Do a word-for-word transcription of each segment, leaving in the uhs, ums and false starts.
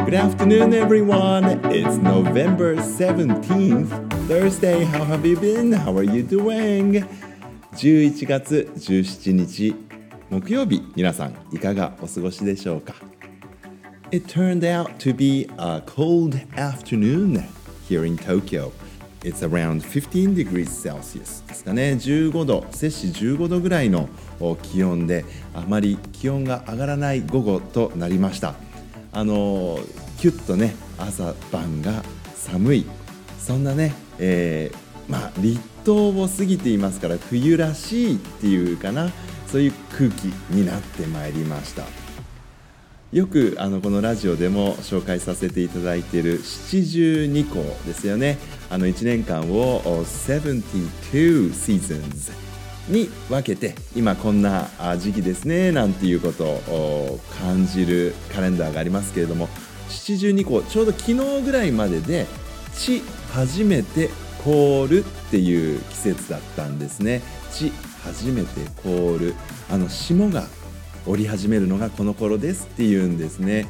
Good afternoon, everyone. It's November seventeenth, Thursday. How have you been? How are you doing? じゅういちがつじゅうしちにち木曜日、皆さんいかがお過ごしでしょうか？ It turned out to be a cold afternoon here in Tokyo. It's around fifteen degrees Celsius ですかね。じゅうごど、摂氏じゅうごどぐらいの気温で、あまり気温が上がらない午後となりました。あのキュッとね、朝晩が寒い、そんなね、えー、まあ立冬を過ぎていますから、冬らしいっていうかな、そういう空気になってまいりました。よくあのこのラジオでも紹介させていただいている七十二候ですよね。あのいちねんかんをななじゅうに seasons に分けて、今こんな時期ですねなんていうことを感じるカレンダーがありますけれども、七十二候、ちょうど昨日ぐらいまでで地初めて凍るっていう季節だったんですね。地初めて凍る、あの霜が降り始めるのがこの頃ですっていうんですね。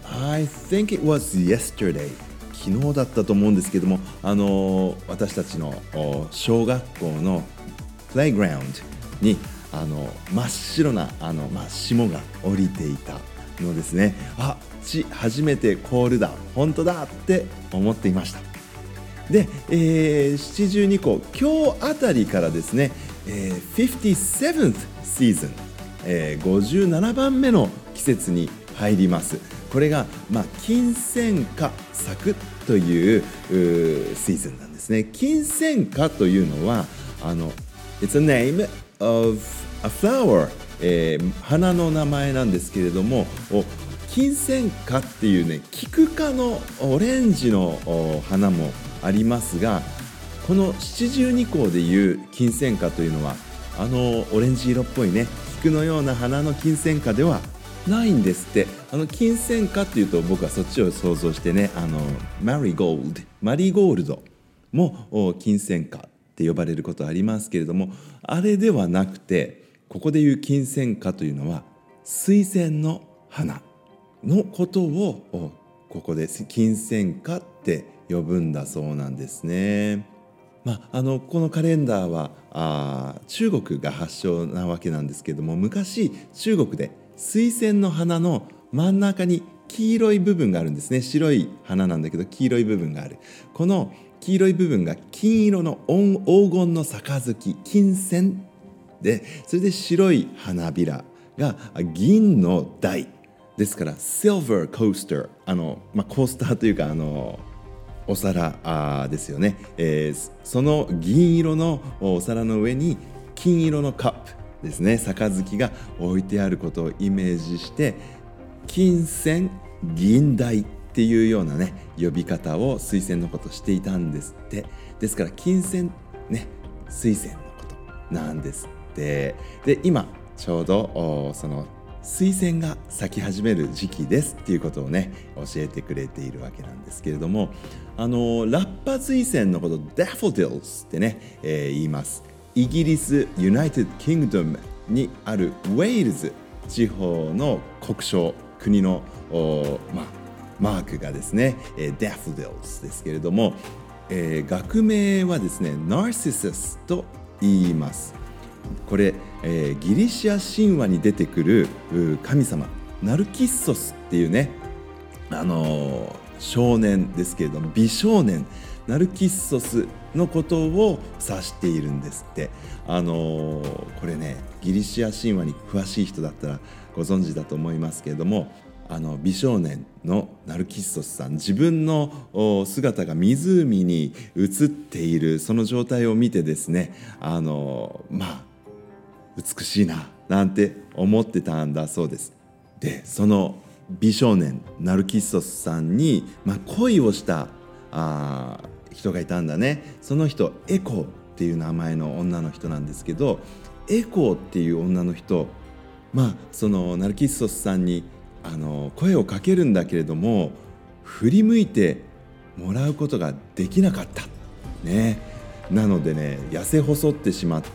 I think it was yesterday、 昨日だったと思うんですけども、あの私たちの小学校のプレイグラウンドにあの真っ白なあの、まあ、霜が降りていたのですね。あ、地初めて凍るだ、本当だって思っていました。で、えー、七十二候、今日あたりからですね、えー、fifty-seventh season、えー、ごじゅうななばんめの季節に入ります。これが、まあ、金銭花咲くという、うシーズンなんですね。金銭花というのはあの It's a name of a flower、えー、花の名前なんですけれども、金銭花っていうね、菊科のオレンジの花もありますが、この七十二候でいう金銭花というのはあのオレンジ色っぽいね、菊のような花の金銭花ではないんですって。あの金銭花っていうと僕はそっちを想像してね、あのマリーゴールド、マリーゴールドも金銭花って呼ばれることありますけれども、あれではなくて、ここでいう金銭花というのは水仙の花のことをここで金銭花って呼ぶんだそうなんですね。まあ、あのこのカレンダーはあ中国が発祥なわけなんですけれども、昔中国で水仙の花の真ん中に黄色い部分があるんですね。白い花なんだけど黄色い部分がある。この黄色い部分が金色の黄金の杯、金銭で、それで白い花びらが銀の台ですから、Silver Coaster、あの、まあ、コースターというか、あのお皿ですよね、えー、その銀色のお皿の上に金色のカップですね、杯が置いてあることをイメージして、金銭銀台っていうようなね呼び方を水仙のことしていたんですって。ですから金銭ね、水仙のことなんですって。で、今ちょうどその水仙が咲き始める時期ですっていうことをね教えてくれているわけなんですけれども、あのラッパ水仙のこと Daffodils ってね、えー、言います。イギリスユナイテッドキングダムにあるウェールズ地方の国章、国の、まあ、マークがですね、えー、Daffodils ですけれども、えー、学名はですね Narcissus と言います。これ、えー、ギリシャ神話に出てくる神様ナルキッソスっていうね、あのー、少年ですけれども、美少年ナルキッソスのことを指しているんですって。あのー、これね、ギリシア神話に詳しい人だったらご存知だと思いますけれども、あの美少年のナルキッソスさん、自分の姿が湖に映っているその状態を見てですね、あのー、まあ美しいななんて思ってたんだそうです。で、その美少年ナルキッソスさんに、まあ、恋をしたあ人がいたんだね。その人エコっていう名前の女の人なんですけど、エコっていう女の人、まあそのナルキッソスさんにあの声をかけるんだけれども、振り向いてもらうことができなかったね。なのでね、痩せ細ってしまって、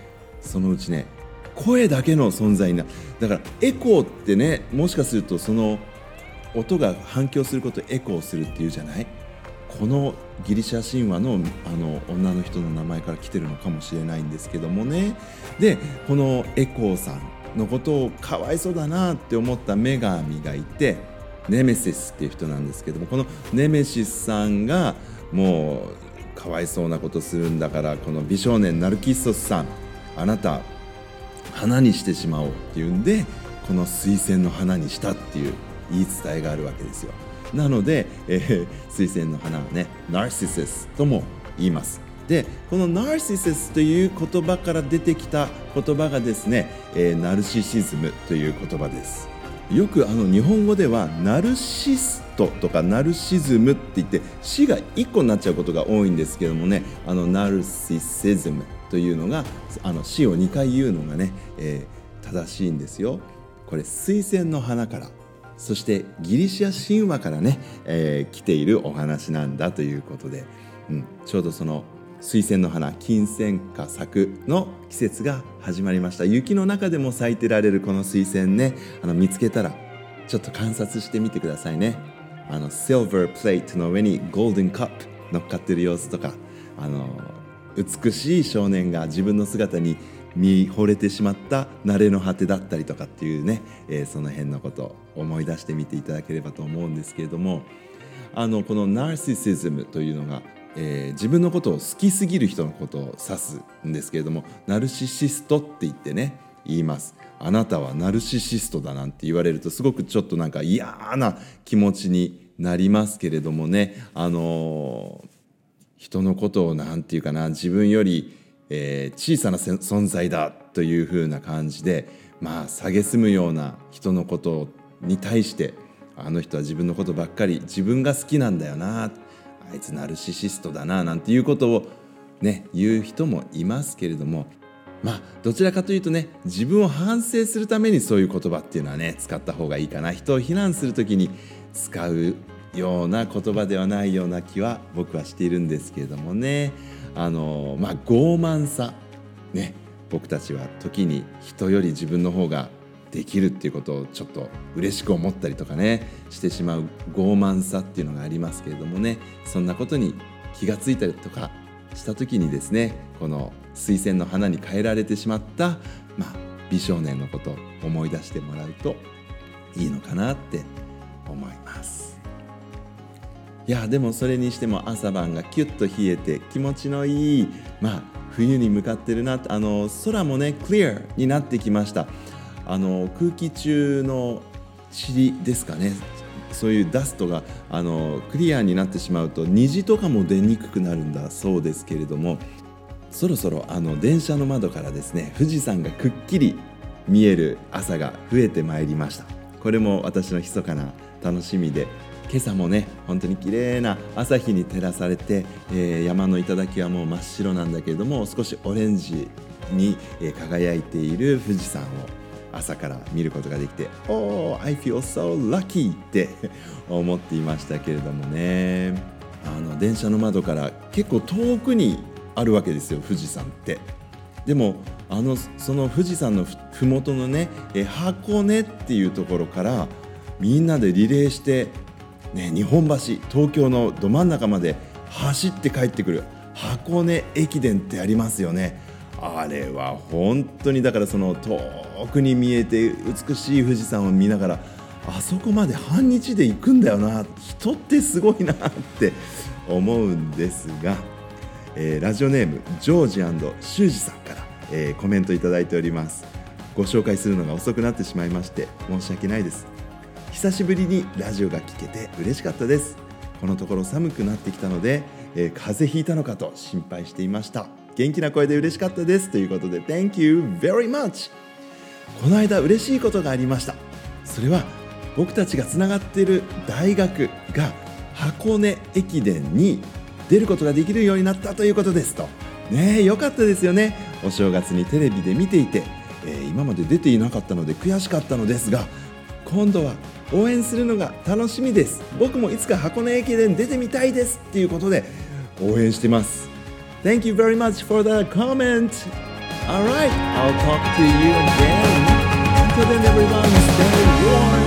そのうちね声だけの存在になる。だからエコーってね、もしかするとその音が反響することをエコーするっていうじゃない。このギリシャ神話 の, あの女の人の名前から来てるのかもしれないんですけどもね。でこのエコーさんのことをかわいそうだなって思った女神がいて、ネメシスっていう人なんですけども、このネメシスさんがもうかわいそうなことするんだから、この美少年ナルキッソスさん、あなた花にしてしまおうっていうんで、この水仙の花にしたっていう言い伝えがあるわけですよ。なので、えー、水仙の花はね、ナルシシスとも言います。でこのナルシシスという言葉から出てきた言葉がですね、えー、ナルシシズムという言葉です。よくあの日本語ではナルシストとかナルシズムって言って死がいっこになっちゃうことが多いんですけどもね、あのナルシシズムというのがあの死をにかい言うのがね、えー、正しいんですよ。これ水仙の花から、そしてギリシャ神話からね、えー、来ているお話なんだということで、うん、ちょうどその水仙の花、金銭花咲くの季節が始まりました。雪の中でも咲いてられるこの水仙ね、あの見つけたらちょっと観察してみてくださいね。あのシルバープレートの上にゴールデンカップ乗っかってる様子とか、あの美しい少年が自分の姿に見惚れてしまった慣れの果てだったりとかっていうね、えー、その辺のことを思い出してみていただければと思うんですけれども、あのこのナルシシズムというのが、えー、自分のことを好きすぎる人のことを指すんですけれども、ナルシシストって言ってね言います。あなたはナルシシストだなんて言われるとすごくちょっとなんか嫌な気持ちになりますけれどもね、あのー、人のことをなんていうかな、自分よりえー、小さな存在だというふうな感じで、まあ蔑むような人のことに対して、あの人は自分のことばっかり自分が好きなんだよな、あいつナルシシストだななんていうことをね言う人もいますけれども、まあどちらかというとね、自分を反省するためにそういう言葉っていうのはね使った方がいいかな。人を非難するときに使うような言葉ではないような気は僕はしているんですけれどもね。あのまあ傲慢さね、僕たちは時に人より自分の方ができるっていうことをちょっと嬉しく思ったりとかねしてしまう傲慢さっていうのがありますけれどもね、そんなことに気がついたりとかした時にですね、この水仙の花に変えられてしまった、まあ、美少年のことを思い出してもらうといいのかなって思います。いやでもそれにしても朝晩がキュッと冷えて気持ちのいい、まあ冬に向かってるな。あの空もねクリアになってきました。あの空気中の塵ですかね、そういうダストがあのクリアになってしまうと虹とかも出にくくなるんだそうですけれども、そろそろあの電車の窓からですね富士山がくっきり見える朝が増えてまいりました。これも私の密かな楽しみで、今朝もね本当に綺麗な朝日に照らされて、えー、山の頂はもう真っ白なんだけれども少しオレンジに、えー、輝いている富士山を朝から見ることができて、Oh, I feel so lucky って思っていましたけれどもね、あの電車の窓から結構遠くにあるわけですよ富士山って。でもあのその富士山のふもとのね、えー、箱根っていうところからみんなでリレーしてね、日本橋、東京のど真ん中まで走って帰ってくる箱根駅伝ってありますよね。あれは本当にだからその遠くに見えて美しい富士山を見ながらあそこまで半日で行くんだよな、人ってすごいなって思うんですが、えー、ラジオネームジョージ&シュウジさんから、えー、コメントいただいております。ご紹介するのが遅くなってしまいまして申し訳ないです。久しぶりにラジオが聞けて嬉しかったです。このところ寒くなってきたので、えー、風邪ひいたのかと心配していました。元気な声で嬉しかったですということで Thank you very much。 この間嬉しいことがありました。それは僕たちがつながっている大学が箱根駅伝に出ることができるようになったということですと。ねえ、よかったですよね。お正月にテレビで見ていて、えー、今まで出ていなかったので悔しかったのですが、今度は応援するのが楽しみです。僕もいつか箱根駅伝出てみたいですっていうことで応援してます。 Thank you very much for the comment. Alright, I'll talk to you again. Until then everyone, stay warm.